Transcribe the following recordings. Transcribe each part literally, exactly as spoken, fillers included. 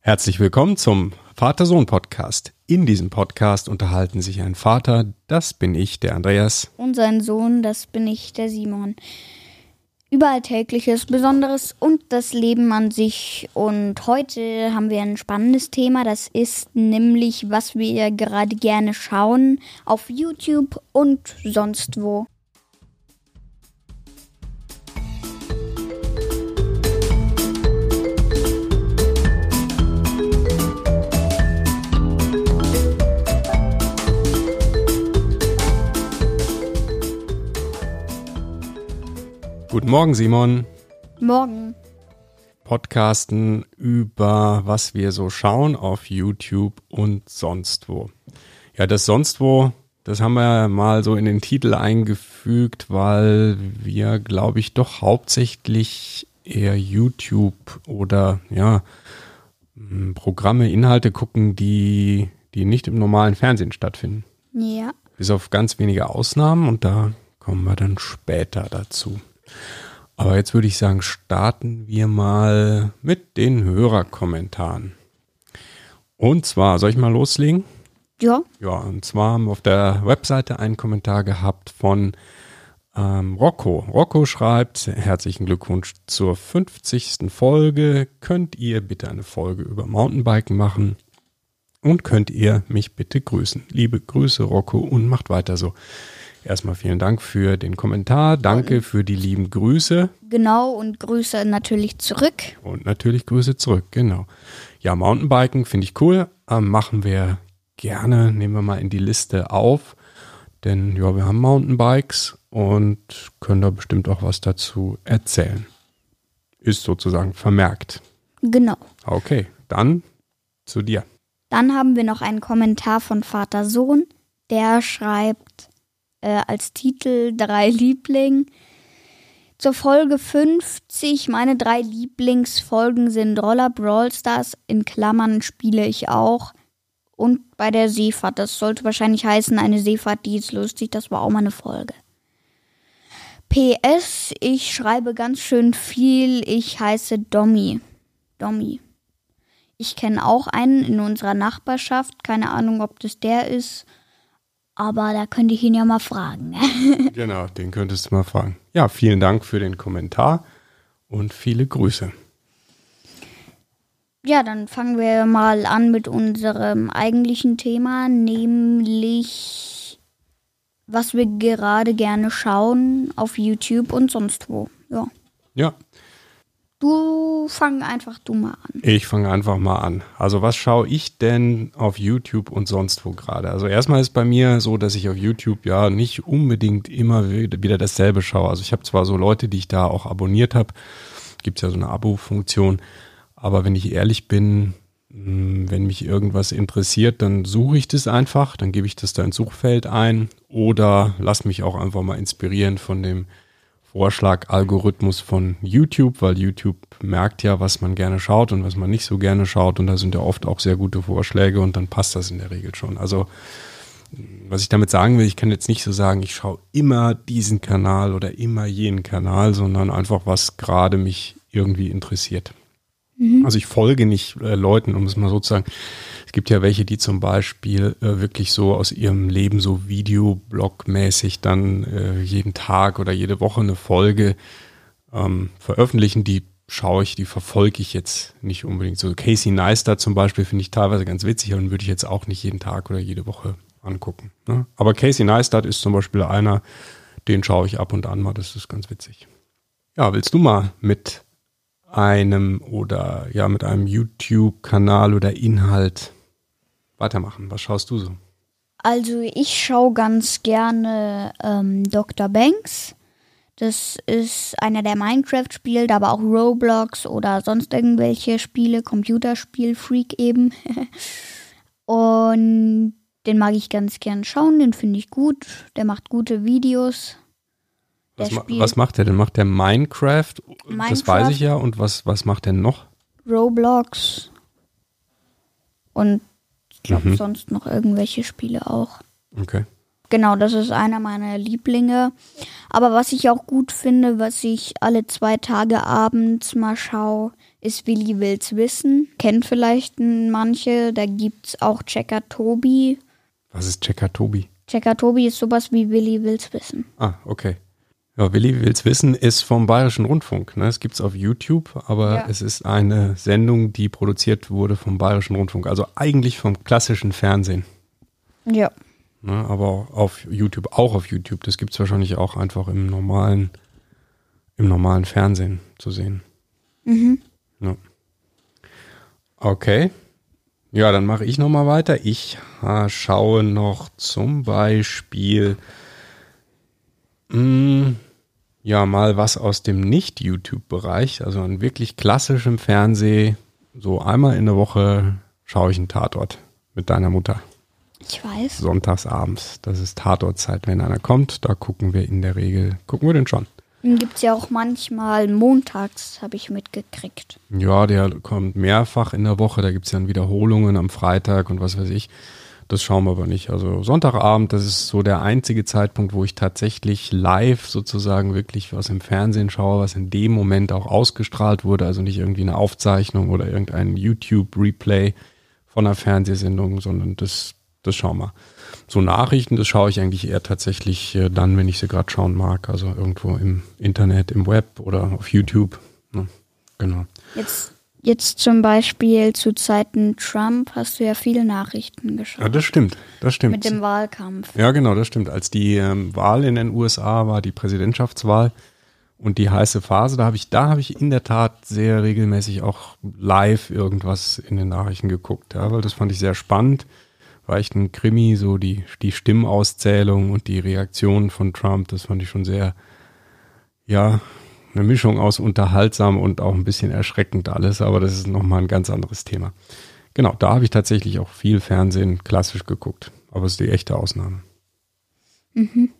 Herzlich willkommen zum Vater-Sohn-Podcast. In diesem Podcast unterhalten sich ein Vater, das bin ich, der Andreas. Und sein Sohn, das bin ich, der Simon. Über Alltägliches, Besonderes und das Leben an sich. Und heute haben wir ein spannendes Thema, das ist nämlich, was wir gerade gerne schauen auf YouTube und sonst wo. Guten Morgen, Simon. Morgen. Podcasten über was wir so schauen auf YouTube und sonst wo. Ja, das sonst wo, das haben wir mal so in den Titel eingefügt, weil wir, glaube ich, doch hauptsächlich eher YouTube oder ja Programme, Inhalte gucken, die, die nicht im normalen Fernsehen stattfinden. Ja. Bis auf ganz wenige Ausnahmen und da kommen wir dann später dazu. Aber jetzt würde ich sagen, starten wir mal mit den Hörerkommentaren. Und zwar, soll ich mal loslegen? Ja. Ja, und zwar haben wir auf der Webseite einen Kommentar gehabt von ähm, Rocco. Rocco schreibt, herzlichen Glückwunsch zur fünfzigsten Folge. Könnt ihr bitte eine Folge über Mountainbiken machen? Und könnt ihr mich bitte grüßen? Liebe Grüße, Rocco, und macht weiter so. Erstmal vielen Dank für den Kommentar. Danke für die lieben Grüße. Genau, und Grüße natürlich zurück. Und natürlich Grüße zurück, genau. Ja, Mountainbiken finde ich cool. Ähm, machen wir gerne, nehmen wir mal in die Liste auf. Denn ja, wir haben Mountainbikes und können da bestimmt auch was dazu erzählen. Ist sozusagen vermerkt. Genau. Okay, dann zu dir. Dann haben wir noch einen Kommentar von Vater Sohn. Der schreibt äh, als Titel drei Liebling. Zur Folge fünfzig, meine drei Lieblingsfolgen sind Roller Brawl Stars, in Klammern spiele ich auch. Und bei der Seefahrt, das sollte wahrscheinlich heißen, eine Seefahrt, die ist lustig, das war auch mal eine Folge. P S, ich schreibe ganz schön viel, ich heiße Domi. Domi. Ich kenne auch einen in unserer Nachbarschaft, keine Ahnung, ob das der ist, aber da könnte ich ihn ja mal fragen. Genau, den könntest du mal fragen. Ja, vielen Dank für den Kommentar und viele Grüße. Ja, dann fangen wir mal an mit unserem eigentlichen Thema, nämlich was wir gerade gerne schauen auf YouTube und sonst wo. Ja. Ja. Du fang einfach du mal an. Ich fange einfach mal an. Also was schaue ich denn auf YouTube und sonst wo gerade? Also erstmal ist bei mir so, dass ich auf YouTube ja nicht unbedingt immer wieder dasselbe schaue. Also ich habe zwar so Leute, die ich da auch abonniert habe, gibt es ja so eine Abo-Funktion, aber wenn ich ehrlich bin, wenn mich irgendwas interessiert, dann suche ich das einfach, dann gebe ich das da ins Suchfeld ein oder lass mich auch einfach mal inspirieren von dem Vorschlag-Algorithmus von YouTube, weil YouTube merkt ja, was man gerne schaut und was man nicht so gerne schaut und da sind ja oft auch sehr gute Vorschläge und dann passt das in der Regel schon. Also was ich damit sagen will, ich kann jetzt nicht so sagen, ich schaue immer diesen Kanal oder immer jenen Kanal, sondern einfach, was gerade mich irgendwie interessiert. Mhm. Also ich folge nicht äh, Leuten, um es mal so zu sagen. Es gibt ja welche, die zum Beispiel äh, wirklich so aus ihrem Leben so Videoblog-mäßig dann äh, jeden Tag oder jede Woche eine Folge ähm, veröffentlichen. Die schaue ich, die verfolge ich jetzt nicht unbedingt. So Casey Neistat zum Beispiel finde ich teilweise ganz witzig und würde ich jetzt auch nicht jeden Tag oder jede Woche angucken. Ne? Aber Casey Neistat ist zum Beispiel einer, den schaue ich ab und an mal, das ist ganz witzig. Ja, willst du mal mit einem oder ja mit einem YouTube-Kanal oder Inhalt weitermachen? Was schaust du so? Also ich schaue ganz gerne ähm, Doktor Banks. Das ist einer, der Minecraft spielt, aber auch Roblox oder sonst irgendwelche Spiele, Computerspiel-Freak eben. Und den mag ich ganz gern schauen, den finde ich gut. Der macht gute Videos. Was, ma- was macht der denn? Macht der Minecraft? Minecraft? Das weiß ich ja. Und was, was macht der noch? Roblox. Und ich glaube Mhm. sonst noch irgendwelche Spiele auch. Okay. Genau, das ist einer meiner Lieblinge. Aber was ich auch gut finde, was ich alle zwei Tage abends mal schaue, ist Willi will's wissen. Kennt vielleicht manche, da gibt's auch Checker Tobi. Was ist Checker Tobi? Checker Tobi ist sowas wie Willi will's wissen. Ah, okay. Ja, Willi will's wissen ist vom Bayerischen Rundfunk. Ne? Es gibt's auf YouTube, aber ja. Es ist eine Sendung, die produziert wurde vom Bayerischen Rundfunk. Also eigentlich vom klassischen Fernsehen. Ja. Ne, aber auf YouTube, auch auf YouTube. Das gibt's wahrscheinlich auch einfach im normalen, im normalen Fernsehen zu sehen. Mhm. Ja. Okay. Ja, dann mache ich nochmal weiter. Ich ha, schaue noch zum Beispiel mh, ja mal was aus dem Nicht-YouTube-Bereich, also an wirklich klassischem Fernsehen. So einmal in der Woche schaue ich einen Tatort mit deiner Mutter. Ich weiß. Sonntagsabends. Das ist Tatortzeit, wenn einer kommt. Da gucken wir in der Regel, gucken wir den schon. Den gibt es ja auch manchmal montags, habe ich mitgekriegt. Ja, der kommt mehrfach in der Woche. Da gibt es dann Wiederholungen am Freitag und was weiß ich. Das schauen wir aber nicht. Also Sonntagabend, das ist so der einzige Zeitpunkt, wo ich tatsächlich live sozusagen wirklich was im Fernsehen schaue, was in dem Moment auch ausgestrahlt wurde. Also nicht irgendwie eine Aufzeichnung oder irgendein YouTube-Replay von einer Fernsehsendung, sondern das Das schauen wir. So Nachrichten, das schaue ich eigentlich eher tatsächlich äh, dann, wenn ich sie gerade schauen mag. Also irgendwo im Internet, im Web oder auf YouTube. Ne? Genau. Jetzt, jetzt zum Beispiel zu Zeiten Trump hast du ja viele Nachrichten geschaut. Ja, das stimmt. Das stimmt. Mit dem Wahlkampf. Ja, genau, das stimmt. Als die ähm, Wahl in den U S A war, die Präsidentschaftswahl und die heiße Phase, da habe ich, da habe ich in der Tat sehr regelmäßig auch live irgendwas in den Nachrichten geguckt. Ja, weil das fand ich sehr spannend. War echt ein Krimi, so die, die Stimmauszählung und die Reaktionen von Trump, das fand ich schon sehr, ja, eine Mischung aus unterhaltsam und auch ein bisschen erschreckend alles, aber das ist nochmal ein ganz anderes Thema. Genau, da habe ich tatsächlich auch viel Fernsehen klassisch geguckt, aber es ist die echte Ausnahme. Mhm.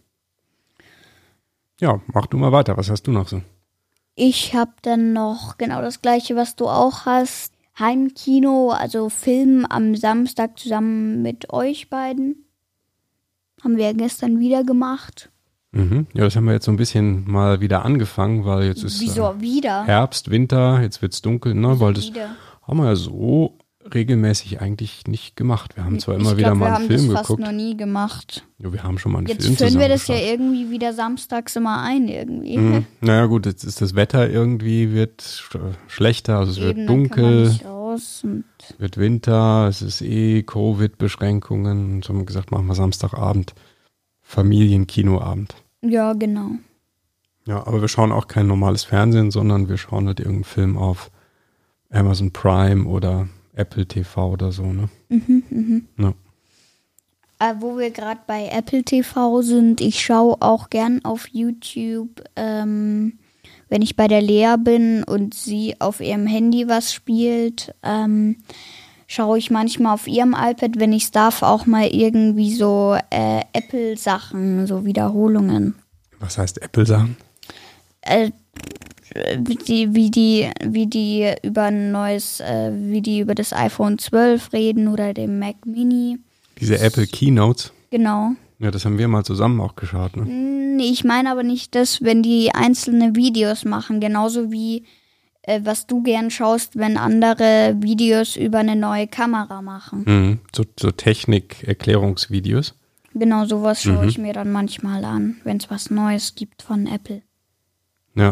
Ja, mach du mal weiter, was hast du noch so? Ich habe dann noch genau das gleiche, was du auch hast. Heimkino, also Film am Samstag zusammen mit euch beiden. Haben wir ja gestern wieder gemacht. Mhm. Ja, das haben wir jetzt so ein bisschen mal wieder angefangen, weil jetzt ist Wieso äh, wieder? Herbst, Winter, jetzt wird's dunkel, ne? Wieso Weil das wieder? haben wir ja so regelmäßig eigentlich nicht gemacht. Wir haben zwar immer ich wieder glaub, mal einen Film wir haben das geguckt. fast noch nie gemacht. Ja, wir haben schon mal einen Jetzt Film zusammen führen wir das geschaut. ja irgendwie wieder samstags immer ein irgendwie. Mhm. Naja gut, jetzt ist das Wetter irgendwie wird sch- schlechter, also es Eben, wird dann kann man dunkel, nicht raus und wird Winter, es ist eh Covid-Beschränkungen. Und so haben wir gesagt, machen wir Samstagabend Familienkinoabend. ja, genau. Ja, aber wir schauen auch kein normales Fernsehen, sondern wir schauen halt irgendeinen Film auf Amazon Prime oder Apple T V oder so, ne? Mhm, mhm. Ja. Äh, wo wir gerade bei Apple T V sind, ich schaue auch gern auf YouTube, ähm, wenn ich bei der Lea bin und sie auf ihrem Handy was spielt, ähm, schaue ich manchmal auf ihrem iPad, wenn ich es darf, auch mal irgendwie so äh, Apple-Sachen, so Wiederholungen. Was heißt Apple-Sachen? Äh, wie die, wie die, wie die über ein neues, äh, wie die über das iPhone zwölf reden oder dem Mac Mini. Diese Apple Keynotes? Genau. Ja, das haben wir mal zusammen auch geschaut, ne? Nee, ich meine aber nicht das, wenn die einzelne Videos machen, genauso wie äh, was du gern schaust, wenn andere Videos über eine neue Kamera machen. Mhm. So, so Technik-Erklärungsvideos. Genau, sowas schaue Mhm. ich mir dann manchmal an, wenn es was Neues gibt von Apple. Ja.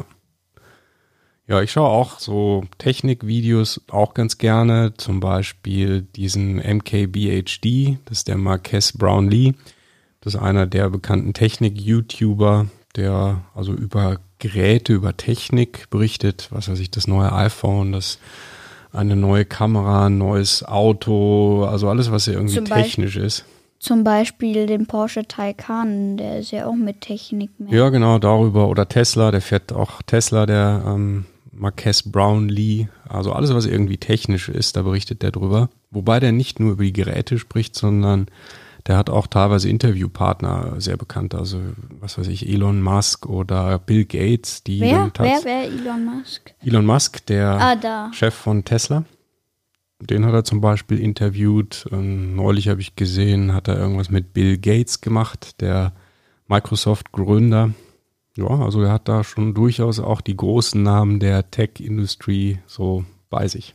Ja, ich schaue auch so Technikvideos auch ganz gerne, zum Beispiel diesen M K B H D, das ist der Marques Brownlee. Das ist einer der bekannten Technik-YouTuber, der also über Geräte, über Technik berichtet, was weiß ich, das neue iPhone, das eine neue Kamera, ein neues Auto, also alles, was ja irgendwie Zum Beispiel- technisch ist. Zum Beispiel den Porsche Taycan, der ist ja auch mit Technik mehr. Ja, genau, darüber. Oder Tesla, der fährt auch Tesla, der ähm, Marques Brownlee. Also alles, was irgendwie technisch ist, da berichtet der drüber. Wobei der nicht nur über die Geräte spricht, sondern der hat auch teilweise Interviewpartner, sehr bekannt. Also, was weiß ich, Elon Musk oder Bill Gates. Die Wer? dann tats- Wer? Wer? Elon Musk? Elon Musk, der Ah, da. Chef von Tesla. den hat er zum Beispiel interviewt. Ähm, neulich habe ich gesehen, hat er irgendwas mit Bill Gates gemacht, der Microsoft-Gründer. Ja, also er hat da schon durchaus auch die großen Namen der Tech-Industrie so bei sich.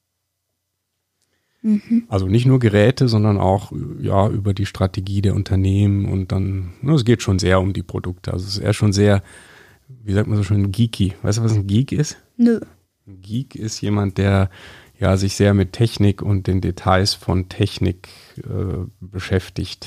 Mhm. Also nicht nur Geräte, sondern auch ja über die Strategie der Unternehmen und dann, na, es geht schon sehr um die Produkte. Also es ist eher schon sehr, wie sagt man so schön, geeky. Weißt du, was ein Geek ist? Nö. Ein Geek ist jemand, der ja sich sehr mit Technik und den Details von Technik äh, beschäftigt.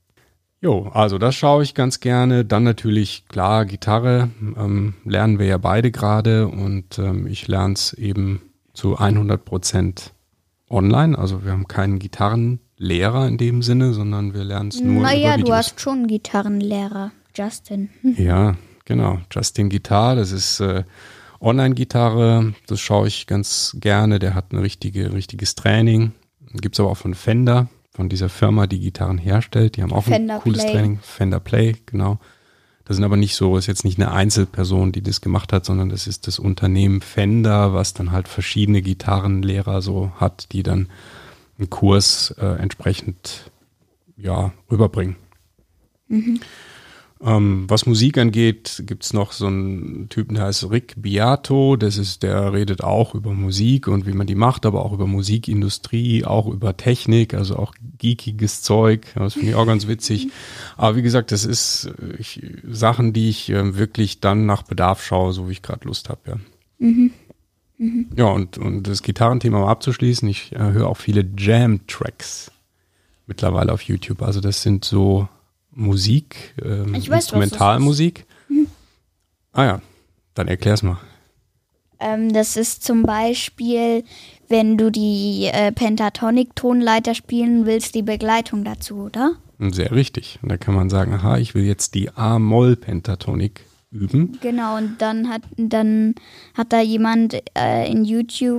Jo, also das schaue ich ganz gerne. Dann natürlich, klar, Gitarre ähm, lernen wir ja beide gerade und ähm, ich lerne es eben zu hundert Prozent online. Also wir haben keinen Gitarrenlehrer in dem Sinne, sondern wir lernen es nur naja, über Videos. Du hast schon einen Gitarrenlehrer, Justin. Ja, genau. Justin Guitar, das ist äh, Online-Gitarre. Das schaue ich ganz gerne. Der hat ein richtige, richtiges Training. Gibt es aber auch von Fender, von dieser Firma, die Gitarren herstellt. Die haben auch Fender ein cooles Play. Training. Fender Play, genau. Das sind aber nicht so, ist jetzt nicht eine Einzelperson, die das gemacht hat, sondern das ist das Unternehmen Fender, was dann halt verschiedene Gitarrenlehrer so hat, die dann einen Kurs äh, entsprechend ja rüberbringen. Mhm. Ähm, was Musik angeht, gibt's noch so einen Typen, der heißt Rick Beato. Das ist, der redet auch über Musik und wie man die macht, aber auch über Musikindustrie, auch über Technik, also auch geekiges Zeug. Das finde ich auch ganz witzig. Aber wie gesagt, das ist ich, Sachen, die ich äh, wirklich dann nach Bedarf schaue, so wie ich gerade Lust habe. Ja, mhm. Mhm. Ja und, und das Gitarrenthema mal abzuschließen, ich äh, höre auch viele Jam-Tracks mittlerweile auf YouTube. Also das sind so Musik, ähm, ich weiß, Instrumentalmusik. Mhm. Ah ja, dann erklär's mal. Ähm, das ist zum Beispiel, wenn du die äh, Pentatonic-Tonleiter spielen willst, die Begleitung dazu, oder? Sehr richtig. Und da kann man sagen, aha, ich will jetzt die A-Moll-Pentatonik üben. Genau, und dann hat, dann hat da jemand äh, in YouTube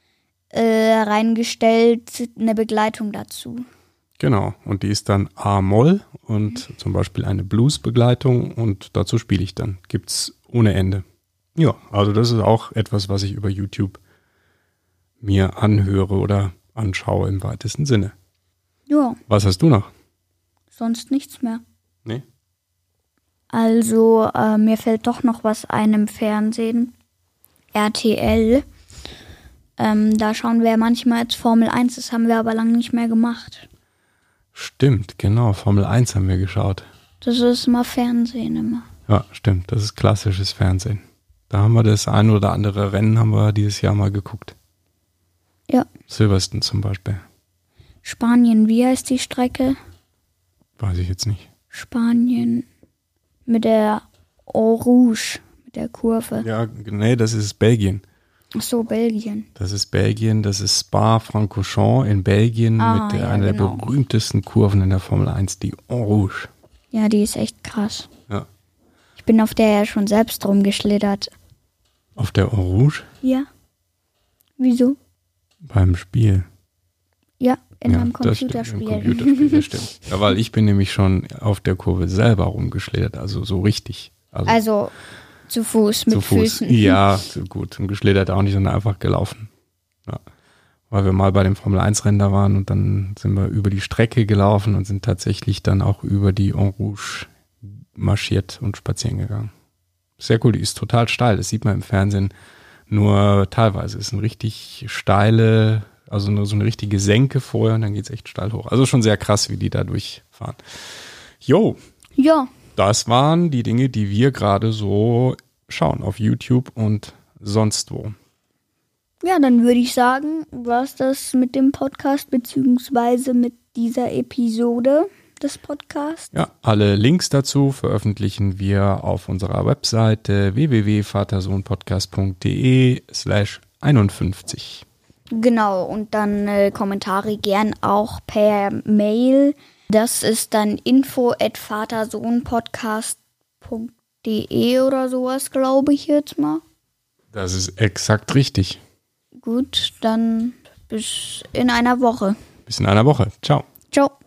äh, reingestellt, eine Begleitung dazu. Genau, und die ist dann A-Moll und mhm. zum Beispiel eine Blues-Begleitung und dazu spiele ich dann. Gibt's ohne Ende. Ja, also das ist auch etwas, was ich über YouTube mir anhöre oder anschaue im weitesten Sinne. Ja. Was hast du noch? Sonst nichts mehr. Nee? Also äh, mir fällt doch noch was ein im Fernsehen. R T L. Ähm, da schauen wir manchmal jetzt Formel eins, das haben wir aber lange nicht mehr gemacht. Stimmt, genau. Formel eins haben wir geschaut. Das ist immer Fernsehen immer. Ja, stimmt. Das ist klassisches Fernsehen. Da haben wir das ein oder andere Rennen haben wir dieses Jahr mal geguckt. Ja. Silverstone zum Beispiel. Spanien, wie heißt die Strecke? Weiß ich jetzt nicht. Spanien mit der Eau Rouge, mit der Kurve. Ja, nee, das ist Belgien. Ach so, Belgien. Das ist Belgien, das ist Spa-Francorchamps in Belgien ah, mit der, ja, einer genau. der berühmtesten Kurven in der Formel eins, die Eau Rouge. Ja, die ist echt krass. Ja. Ich bin auf der ja schon selbst rumgeschlittert. Auf der Eau Rouge? Ja. Wieso? Beim Spiel. Ja, in ja, einem Computerspiel. Das stimmt, im Computerspiel, das stimmt. Ja, weil ich bin nämlich schon auf der Kurve selber rumgeschlittert, also so richtig. Also, also zu Fuß, mit zu Fuß. Füßen. Ja, gut. Und geschlittert auch nicht, sondern einfach gelaufen. Ja. Weil wir mal bei dem Formel eins Rennen da waren und dann sind wir über die Strecke gelaufen und sind tatsächlich dann auch über die Eau Rouge marschiert und spazieren gegangen. Sehr cool, die ist total steil. Das sieht man im Fernsehen nur teilweise. Es ist eine richtig steile, also nur so eine richtige Senke vorher und dann geht es echt steil hoch. Also schon sehr krass, wie die da durchfahren. Jo. Ja. Das waren die Dinge, die wir gerade so schauen auf YouTube und sonst wo. Ja, dann würde ich sagen, war es das mit dem Podcast beziehungsweise mit dieser Episode des Podcasts. Ja, alle Links dazu veröffentlichen wir auf unserer Webseite w w w punkt vatersohnpodcast punkt d e slash einundfünfzig. Genau, und dann äh, Kommentare gern auch per Mail. Das ist dann info at vatersohnpodcast punkt d e oder sowas, glaube ich jetzt mal. Das ist exakt richtig. Gut, dann bis in einer Woche. Bis in einer Woche. Ciao. Ciao.